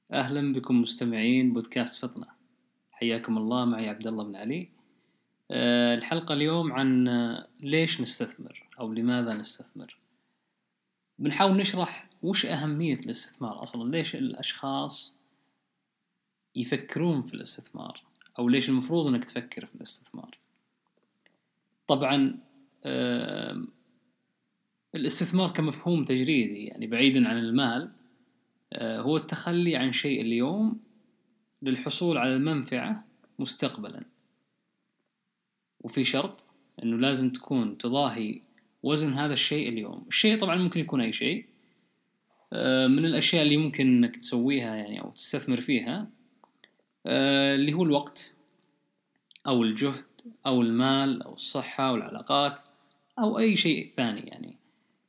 أهلا بكم مستمعين بودكاست فطنة. حياكم الله، معي عبد الله بن علي. الحلقة اليوم عن ليش نستثمر أو لماذا نستثمر. بنحاول نشرح وش أهمية الاستثمار أصلا، ليش الأشخاص يفكرون في الاستثمار أو ليش المفروض أنك تفكر في الاستثمار. طبعا الاستثمار كمفهوم تجريدي، يعني بعيدا عن المال، هو التخلي عن شيء اليوم للحصول على المنفعة مستقبلا، وفي شرط أنه لازم تكون تضاهي وزن هذا الشيء اليوم. الشيء طبعا ممكن يكون أي شيء. من الأشياء اللي ممكن أنك تسويها يعني أو تستثمر فيها اللي هو الوقت أو الجهد أو المال أو الصحة أو العلاقات أو أي شيء ثاني يعني.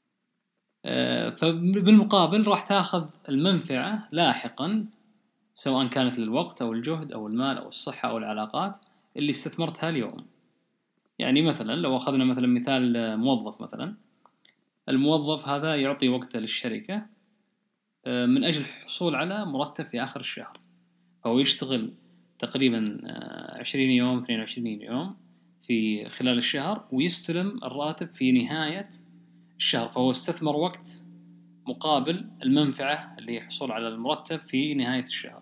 فبالمقابل راح تاخذ المنفعة لاحقا، سواء كانت للوقت أو الجهد أو المال أو الصحة أو العلاقات اللي استثمرتها اليوم. يعني مثلا لو أخذنا مثلا مثال موظف، مثلا الموظف هذا يعطي وقته للشركة من أجل الحصول على مرتب في آخر الشهر، فهو يشتغل تقريبا 20 يوم 22 يوم في خلال الشهر ويستلم الراتب في نهاية الشهر، فهو استثمر وقت مقابل المنفعة اللي هي حصول على المرتب في نهاية الشهر.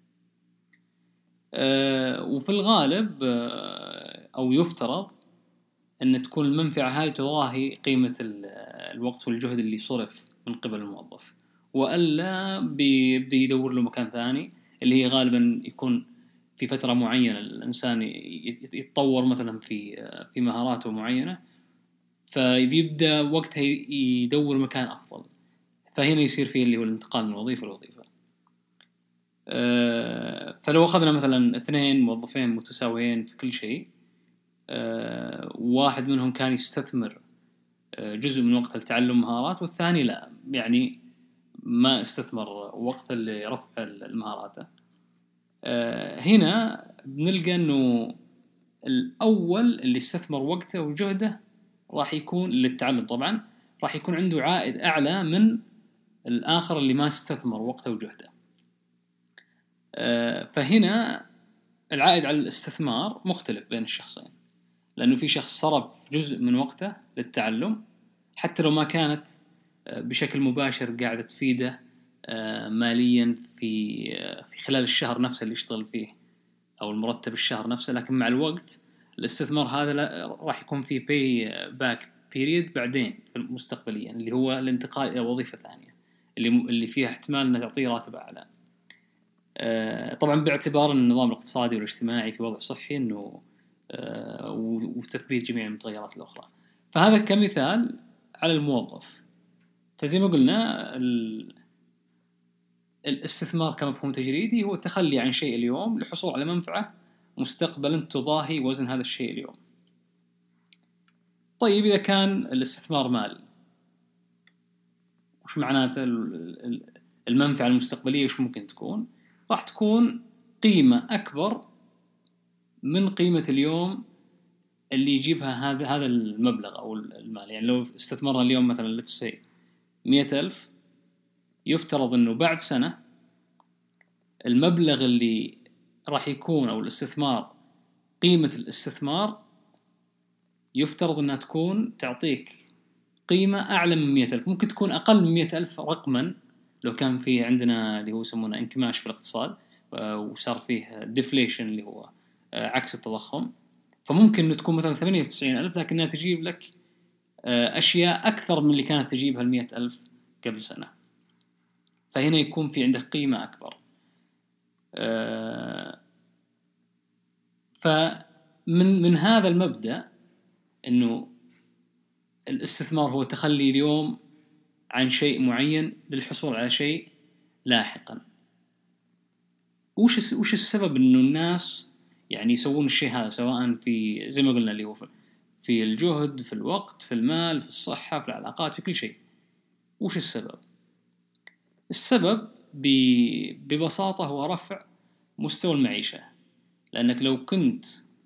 وفي الغالب أو يفترض أن تكون المنفعة هذه تضاهي قيمة الوقت والجهد اللي صرف من قبل الموظف، وألا بيبدأ يدور له مكان ثاني، اللي هي غالبا يكون في فترة معينة الإنسان يتطور مثلا في مهاراته معينة، فبيبدأ وقتها يدور مكان أفضل، فهنا يصير فيه اللي هو الانتقال من وظيفة لوظيفة. فلو أخذنا مثلا 2 موظفين متساويين في كل شيء، واحد منهم كان يستثمر جزء من وقت لتعلم مهارات، والثاني لا، يعني ما استثمر وقت لرفع المهارات. هنا بنلقى أنه الأول اللي استثمر وقته وجهده راح يكون للتعلم، طبعا راح يكون عنده عائد أعلى من الآخر اللي ما استثمر وقته وجهده. فهنا العائد على الاستثمار مختلف بين الشخصين، لأنه في شخص صرف جزء من وقته للتعلم حتى لو ما كانت بشكل مباشر قاعدة تفيده ماليا في خلال الشهر نفسه اللي يشتغل فيه أو المرتب الشهر نفسه، لكن مع الوقت الاستثمار هذا راح يكون فيه pay back period بعدين مستقبليا، اللي هو الانتقال إلى وظيفة ثانية اللي فيها احتمال أن تعطيه راتب أعلى. طبعا باعتبار النظام الاقتصادي والاجتماعي في وضع صحي إنه وتثبيت جميع المتغيرات الأخرى. فهذا كمثال على الموظف. فزي ما قلنا الاستثمار كمفهوم تجريدي هو التخلي عن شيء اليوم للحصول على منفعة مستقبلا تضاهي وزن هذا الشيء اليوم. طيب إذا كان الاستثمار مال، وش معناته المنفعة المستقبلية؟ وش ممكن تكون؟ راح تكون قيمة أكبر من قيمة اليوم اللي يجيبها هذا المبلغ أو المال. يعني لو استثمرنا اليوم مثلا let's say 100,000، يفترض أنه بعد سنة المبلغ اللي راح يكون أو الاستثمار، قيمة الاستثمار يفترض أنها تكون تعطيك قيمة أعلى من 100,000، ممكن تكون أقل من 100,000 رقما لو كان فيه عندنا اللي هو يسمونه انكماش في الاقتصاد وصار فيه ديفليشن اللي هو عكس التضخم، فممكن أن تكون مثلا 98,000 لكنها تجيب لك أشياء أكثر من اللي كانت تجيبها 100,000 قبل سنة، فهنا يكون في عندك قيمة أكبر. فمن هذا المبدأ أنه الاستثمار هو تخلي اليوم عن شيء معين للحصول على شيء لاحقا. وش السبب أنه الناس يعني يسوون الشيء هذا، سواء في زي ما قلنا اللي هو في الجهد، في الوقت، في المال، في الصحة، في العلاقات، في كل شيء؟ وش السبب؟ السبب ببساطة هو رفع مستوى المعيشة. لأنك لو كنت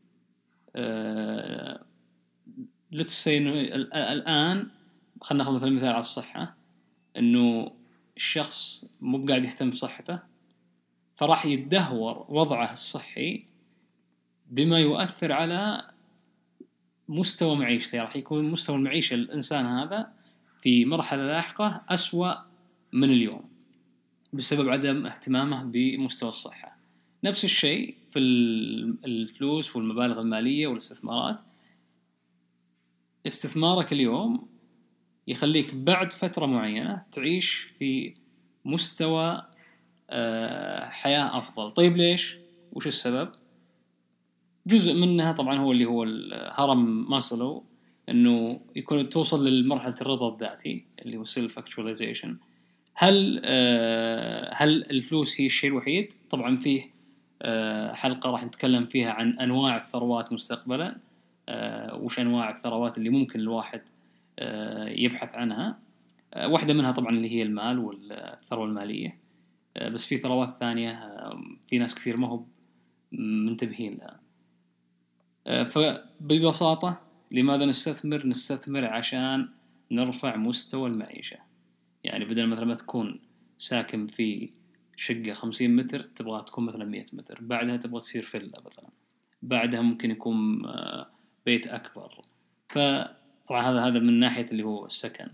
الآن خلنا ناخذ مثلا مثال على الصحة، إنه الشخص مو قاعد يهتم بصحته فراح يتدهور وضعه الصحي بما يؤثر على مستوى معيشته. راح يكون مستوى المعيشة الإنسان هذا في مرحلة لاحقة أسوأ من اليوم بسبب عدم اهتمامه بمستوى الصحة. نفس الشيء في الفلوس والمبالغ المالية والاستثمارات. استثمارك اليوم يخليك بعد فترة معينة تعيش في مستوى حياة أفضل. طيب ليش؟ وش السبب؟ جزء منها طبعا هو اللي هو الهرم ماسلو، إنه يكون توصل لمرحلة الرضا الذاتي اللي هو self actualization. هل الفلوس هي الشيء الوحيد؟ طبعا فيه حلقة راح نتكلم فيها عن أنواع الثروات مستقبلا، وش أنواع الثروات اللي ممكن الواحد يبحث عنها. واحدة منها طبعا اللي هي المال والثروة المالية، بس في ثروات ثانية في ناس كثير ما هو منتبهين لها. فببساطة لماذا نستثمر؟ نستثمر عشان نرفع مستوى المعيشة. يعني بدل مثلا ما تكون ساكن في شقة 50 متر تبغى تكون مثلا 100 متر، بعدها تبغى تصير فيلا مثلا، بعدها ممكن يكون بيت أكبر. فطبعا هذا من ناحية اللي هو السكن.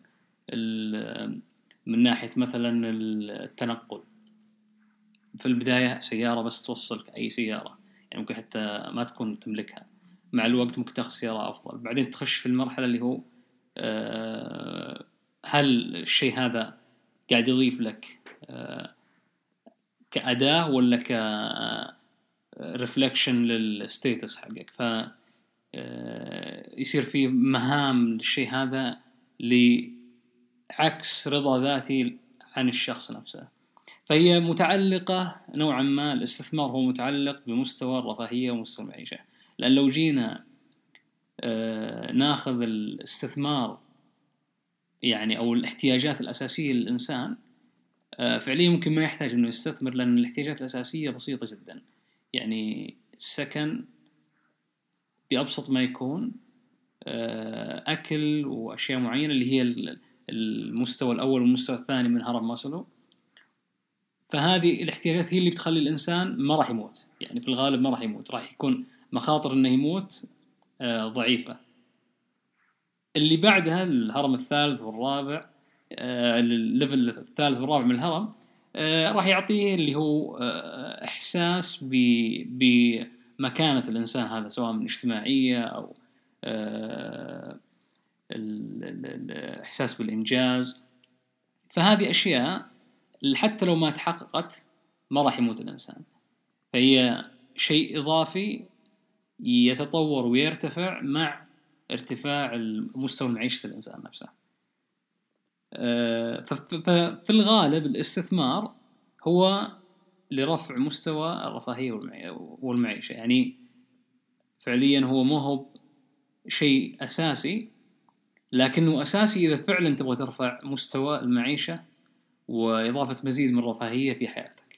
من ناحية مثلا التنقل، في البداية سيارة بس توصلك أي سيارة، يعني ممكن حتى ما تكون تملكها، مع الوقت ممكن تاخذ سيارة أفضل. بعدين تخش في المرحلة اللي هو هل الشيء هذا قاعد يضيف لك كأداة ولا كرفلكشن للستيتس حقك. ف يصير في مهام للشيء هذا لعكس رضا ذاتي عن الشخص نفسه. فهي متعلقة نوعا ما، الاستثمار هو متعلق بمستوى الرفاهية ومستوى المعيشة. لأن لو جينا ناخذ الاستثمار يعني أو الاحتياجات الأساسية للإنسان، فعليا ممكن ما يحتاج إنه يستثمر، لأن الاحتياجات الأساسية بسيطة جدا. يعني السكن بأبسط ما يكون، أكل وأشياء معينة اللي هي المستوى الأول والمستوى الثاني من هرم ماسلو. فهذه الاحتياجات هي اللي بتخلي الإنسان ما راح يموت، يعني في الغالب ما راح يموت، راح يكون مخاطر إنه يموت ضعيفة. اللي بعدها الهرم الثالث والرابع، الليفل الثالث والرابع من الهرم، راح يعطيه اللي هو إحساس بمكانة الإنسان هذا، سواء من اجتماعية أو الإحساس بالإنجاز. فهذه أشياء حتى لو ما تحققت ما راح يموت الإنسان، فهي شيء إضافي يتطور ويرتفع مع ارتفاع مستوى معيشة الإنسان نفسه. ففي الغالب الاستثمار هو لرفع مستوى الرفاهية والمعيشة. يعني فعليا هو ما هو شيء أساسي، لكنه أساسي إذا فعلا تبغى ترفع مستوى المعيشة وإضافة مزيد من الرفاهية في حياتك.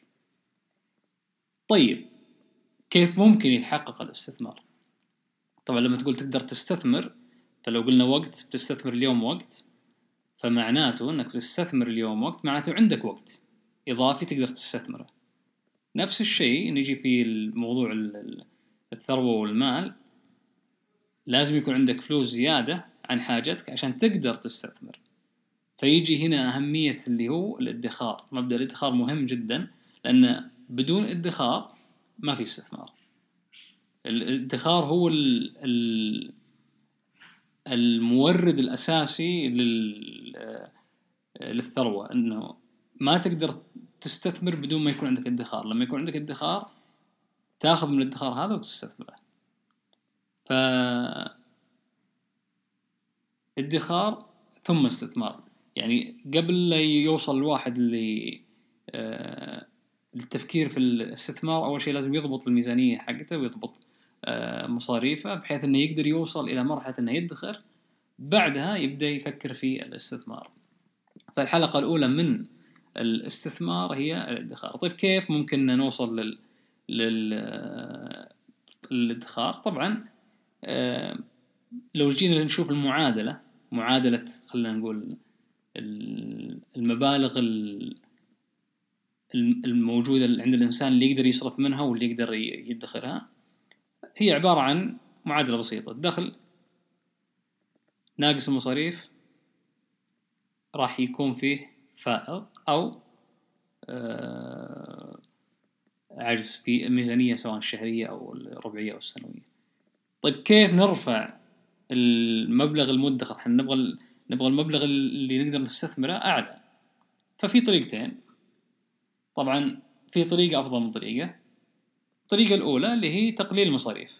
طيب كيف ممكن يتحقق الاستثمار؟ طبعا لما تقول تقدر تستثمر، فلو قلنا وقت بتستثمر اليوم وقت، فمعناته أنك تستثمر اليوم وقت، معناته عندك وقت إضافي تقدر تستثمره. نفس الشيء نجي في الموضوع الثروة والمال، لازم يكون عندك فلوس زيادة عن حاجتك عشان تقدر تستثمر. فيجي هنا أهمية اللي هو الادخار. مبدأ الادخار مهم جدا، لأن بدون ادخار ما في استثمار. الادخار هو المورد الأساسي للثروة، أنه ما تقدر تستثمر بدون ما يكون عندك ادخار. لما يكون عندك ادخار تأخذ من الادخار هذا وتستثمره. ادخار ثم استثمار. يعني قبل لا يوصل الواحد للتفكير في الاستثمار، أول شيء لازم يضبط الميزانية حقته ويضبط مصاريفه بحيث أنه يقدر يوصل إلى مرحلة أنه يدخر، بعدها يبدأ يفكر في الاستثمار. فالحلقة الأولى من الاستثمار هي الادخار. طيب كيف ممكن نوصل للادخار؟ طبعا لو جينا نشوف معادلة خلينا نقول المبالغ الموجودة عند الإنسان اللي يقدر يصرف منها واللي يقدر يدخرها، هي عبارة عن معادلة بسيطة. الدخل ناقص المصاريف راح يكون فيه فائض أو عجز في الميزانية سواء الشهرية أو الربعية أو السنوية. طيب كيف نرفع المبلغ المدخر؟ احنا نبغى المبلغ اللي نقدر نستثمره أعلى. ففي طريقتين طبعا، في طريقة أفضل من طريقة. الطريقة الأولى اللي هي تقليل المصاريف.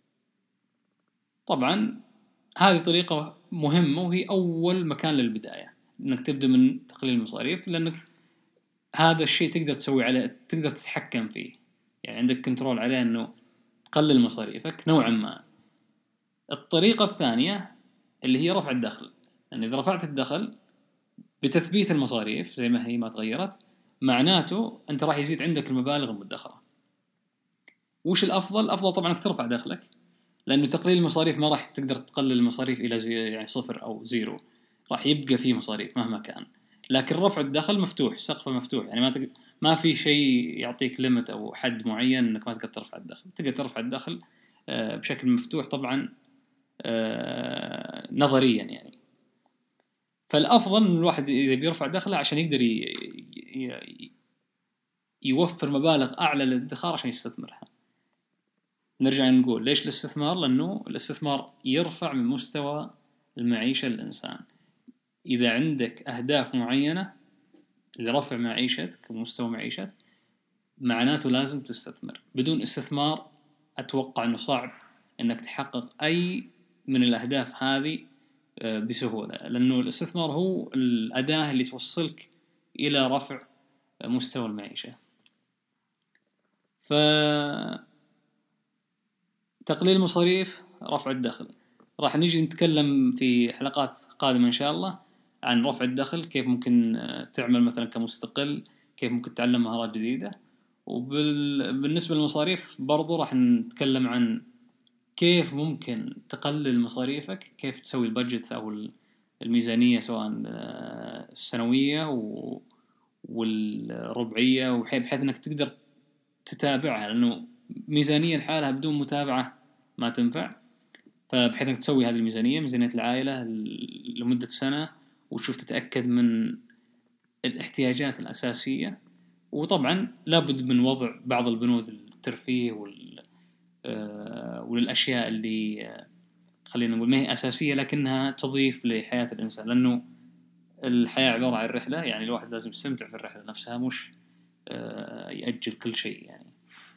طبعا هذه طريقة مهمة وهي أول مكان للبداية، إنك تبدأ من تقليل المصاريف، لأنك هذا الشيء تقدر تسوي عليه، تقدر تتحكم فيه، يعني عندك كنترول عليه إنه تقلل مصاريفك نوعا ما. الطريقة الثانية اللي هي رفع الدخل، يعني إذا رفعت الدخل بتثبيت المصاريف زي ما هي ما تغيرت، معناته أنت راح يزيد عندك المبالغ المدخرة. وش الأفضل؟ الأفضل طبعا أنك ترفع دخلك، لأنه تقليل المصاريف ما راح تقدر تقلل المصاريف إلى يعني 0 أو 0، راح يبقى فيه مصاريف مهما كان. لكن رفع الدخل مفتوح، سقفه مفتوح، يعني ما في شيء يعطيك ليمت أو حد معين إنك ما تقدر ترفع الدخل. تقدر ترفع الدخل بشكل مفتوح طبعا نظريا يعني. فالأفضل إن الواحد إذا بيرفع دخله عشان يقدر يوفر مبالغ أعلى للادخار عشان يستثمرها. نرجع نقول ليش الاستثمار؟ لأنه الاستثمار يرفع من مستوى المعيشة للإنسان. إذا عندك أهداف معينة لرفع معيشتك ومستوى معيشتك، معناته لازم تستثمر. بدون استثمار أتوقع أنه صعب أنك تحقق أي من الأهداف هذه بسهولة، لأنه الاستثمار هو الأداة اللي توصلك إلى رفع مستوى المعيشة. فتقليل المصاريف، رفع الدخل. راح نجي نتكلم في حلقات قادمة إن شاء الله عن رفع الدخل، كيف ممكن تعمل مثلا كمستقل، كيف ممكن تتعلم مهارات جديدة. وبالنسبة للمصاريف برضو راح نتكلم عن كيف ممكن تقلل مصاريفك، كيف تسوي البادجت أو الميزانية سواء السنوية والربعية، بحيث أنك تقدر تتابعها، لأنه ميزانية لحالها بدون متابعة ما تنفع. فبحيث أنك تسوي هذه ميزانية العائلة لمدة سنة، وتشوف تتأكد من الاحتياجات الأساسية. وطبعا لابد من وضع بعض البنود الترفيه وللأشياء اللي خلينا نقول ما هي أساسية لكنها تضيف لحياة الإنسان، لأنه الحياة عبارة عن رحلة، يعني الواحد لازم يستمتع في الرحلة نفسها، مش يأجل كل شيء يعني.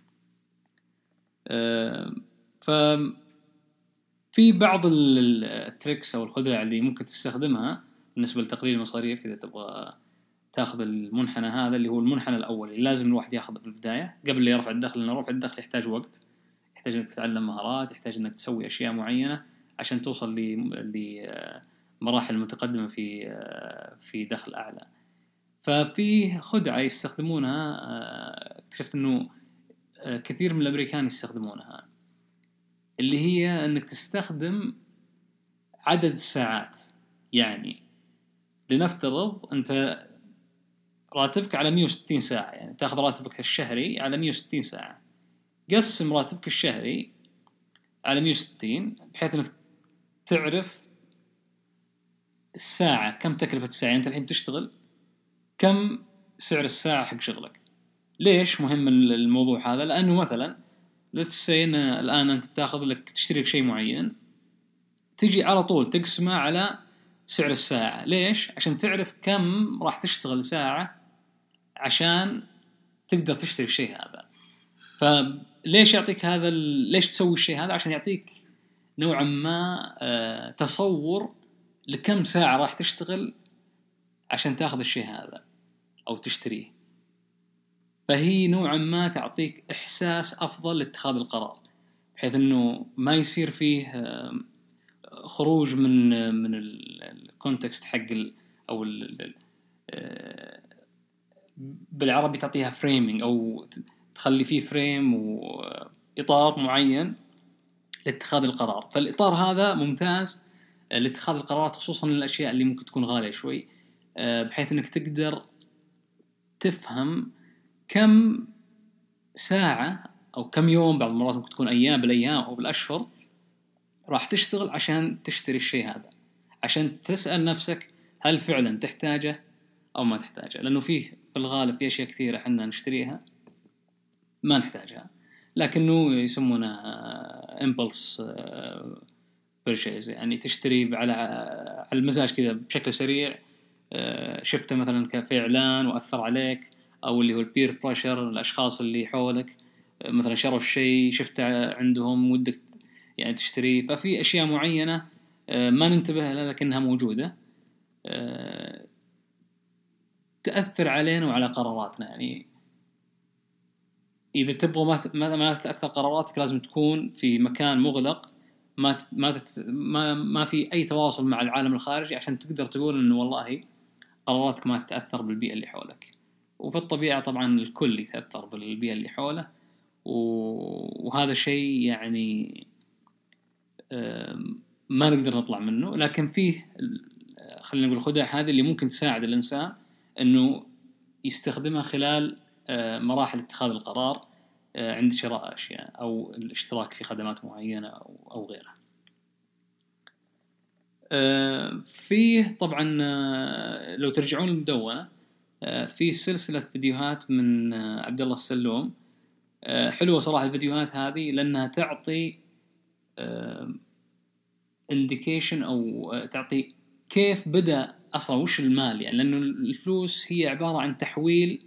ففي بعض التريكس أو الخدع اللي ممكن تستخدمها بالنسبة لتقليل المصاريف إذا تبغى تاخذ المنحنى هذا، اللي هو المنحنى الأول اللي لازم الواحد ياخذه في البداية قبل لا يرفع الدخل. لأن رفع الدخل يحتاج وقت، يحتاج إنك تتعلم مهارات، يحتاج إنك تسوي أشياء معينة عشان توصل لمراحل متقدمة في دخل أعلى. ففي خدعة يستخدمونها، اكتشفت إنه كثير من الأمريكان يستخدمونها، اللي هي إنك تستخدم عدد الساعات. يعني لنفترض أنت راتبك على 160 ساعة، يعني تأخذ راتبك الشهري على 160 ساعة، قسم راتبك الشهري على 160 بحيث أنك تعرف الساعة كم تكلفة الساعة. أنت الحين تشتغل، كم سعر الساعة حق شغلك؟ ليش مهم الموضوع هذا؟ لأنه مثلا لتسينا الآن أنت بتاخذ لك تشتري شيء معين، تجي على طول تقسمه على سعر الساعة. ليش؟ عشان تعرف كم راح تشتغل ساعة عشان تقدر تشتري الشيء هذا. فليش يعطيك هذا ليش تسوي الشيء هذا؟ عشان يعطيك نوعا ما تصور لكم ساعة راح تشتغل عشان تاخذ الشيء هذا أو تشتريه. فهي نوعا ما تعطيك إحساس أفضل لاتخاذ القرار، بحيث إنه ما يصير فيه خروج من الكونتكست حق أو بالعربي تعطيها فريمينج، أو تخلي فيه فريم وإطار معين لاتخاذ القرار. فالإطار هذا ممتاز لاتخاذ القرارات، خصوصا الأشياء اللي ممكن تكون غالية شوي، بحيث إنك تقدر تفهم كم ساعة أو كم يوم، بعض المرات ممكن تكون أيام بالأيام أو بالأشهر، راح تشتغل عشان تشتري الشيء هذا، عشان تسأل نفسك هل فعلا تحتاجه أو ما تحتاجه. لأنه فيه في الغالب في أشياء كثيرة حنا نشتريها ما نحتاجها، لكنه يسمونه impulse purchase، يعني تشتري على المزاج كذا بشكل سريع. شفته مثلا في إعلان وأثر عليك، أو اللي هو البير بريشر، الأشخاص اللي حولك مثلا شروا الشيء شفته عندهم ودك يعني تشتريه. ففي أشياء معينة ما ننتبه لها لكنها موجودة، تأثر علينا وعلى قراراتنا. يعني إذا تبغى ما تأثر قراراتك لازم تكون في مكان مغلق، ما في أي تواصل مع العالم الخارجي، عشان تقدر تقول إنه والله قراراتك ما تتأثر بالبيئة اللي حولك. وفي الطبيعة طبعا الكل يتأثر بالبيئة اللي حوله، وهذا شيء يعني ما نقدر نطلع منه. لكن فيه خلينا نقول الخدع هذه اللي ممكن تساعد الإنسان إنه يستخدمها خلال مراحل اتخاذ القرار عند شراء أشياء أو الاشتراك في خدمات معينة أو غيرها. فيه طبعا لو ترجعون المدونة في سلسلة فيديوهات من عبد الله السلوم، حلوة صراحة الفيديوهات هذه، لأنها تعطي indication أو تعطي كيف بدأ أصلا وش المال. يعني لأنه الفلوس هي عبارة عن تحويل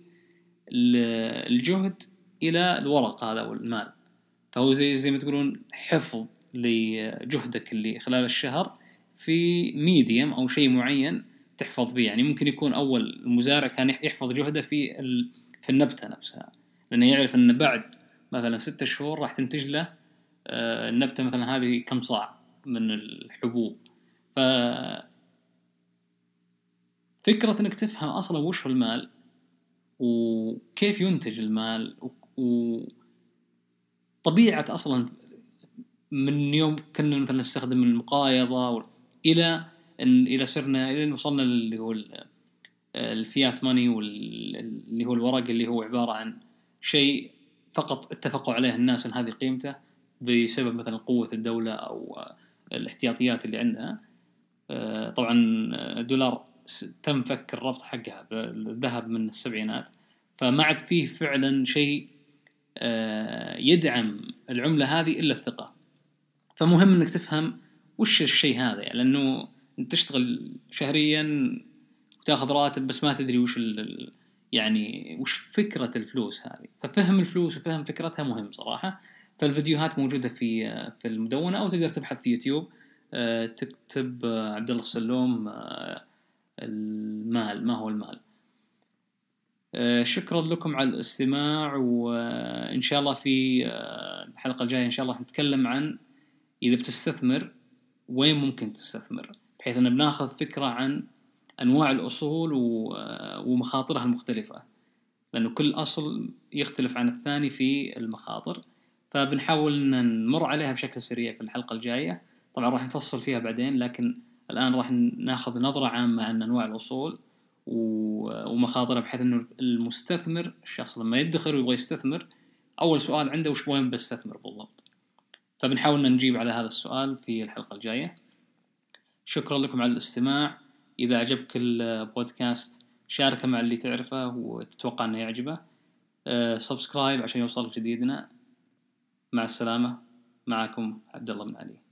الجهد إلى الورق هذا والمال، فهو زي ما تقولون حفظ لجهدك اللي خلال الشهر في ميديم أو شيء معين تحفظ به. يعني ممكن يكون أول المزارع كان يحفظ جهده في النبتة نفسها، لأنه يعرف أن بعد مثلا 6 شهور راح تنتج له النبتة مثلا هذه كم صاع من الحبوب. ففكرة أنك تفهم أصلا وش هو المال وكيف ينتج المال وطبيعة أصلا من يوم كنا مثلا نستخدم المقايضة إلى صرنا إلى وصلنا اللي هو الفيات ماني، واللي هو الورق اللي هو عبارة عن شيء فقط اتفقوا عليه الناس أن هذه قيمته بسبب مثلا قوة الدولة أو الاحتياطيات اللي عندها. طبعا الدولار تم فك الربط حقها بالذهب من السبعينات، فما عاد فيه فعلا شيء يدعم العملة هذه إلا الثقة. فمهم إنك تفهم وش الشيء هذا، يعني لأنه أنت تشتغل شهريا وتأخذ راتب بس ما تدري وش يعني وش فكرة الفلوس هذه. ففهم الفلوس وفهم فكرتها مهم صراحة. فالفيديوهات موجودة في المدونة، أو تقدر تبحث في يوتيوب تكتب عبد الله السلوم المال، ما هو المال. شكرا لكم على الاستماع، وإن شاء الله في الحلقة الجاية إن شاء الله نتكلم عن إذا بتستثمر وين ممكن تستثمر، بحيث أن بناخذ فكرة عن أنواع الأصول ومخاطرها المختلفة، لأنه كل أصل يختلف عن الثاني في المخاطر. فبنحاول نمر عليها بشكل سريع في الحلقة الجاية. طبعا راح نفصل فيها بعدين، لكن الآن راح ناخذ نظرة عامة عن أنواع الأصول ومخاطرها، بحيث أنه المستثمر الشخص لما يدخر ويبغى يستثمر أول سؤال عنده وش وين بستثمر بالضبط. فبنحاول نجيب على هذا السؤال في الحلقة الجاية. شكرا لكم على الاستماع. إذا عجبك البودكاست شاركه مع اللي تعرفه وتتوقع أنه يعجبه. سبسكرايب عشان يوصلك جديدنا. مع السلامة، معكم عبد الله بن علي.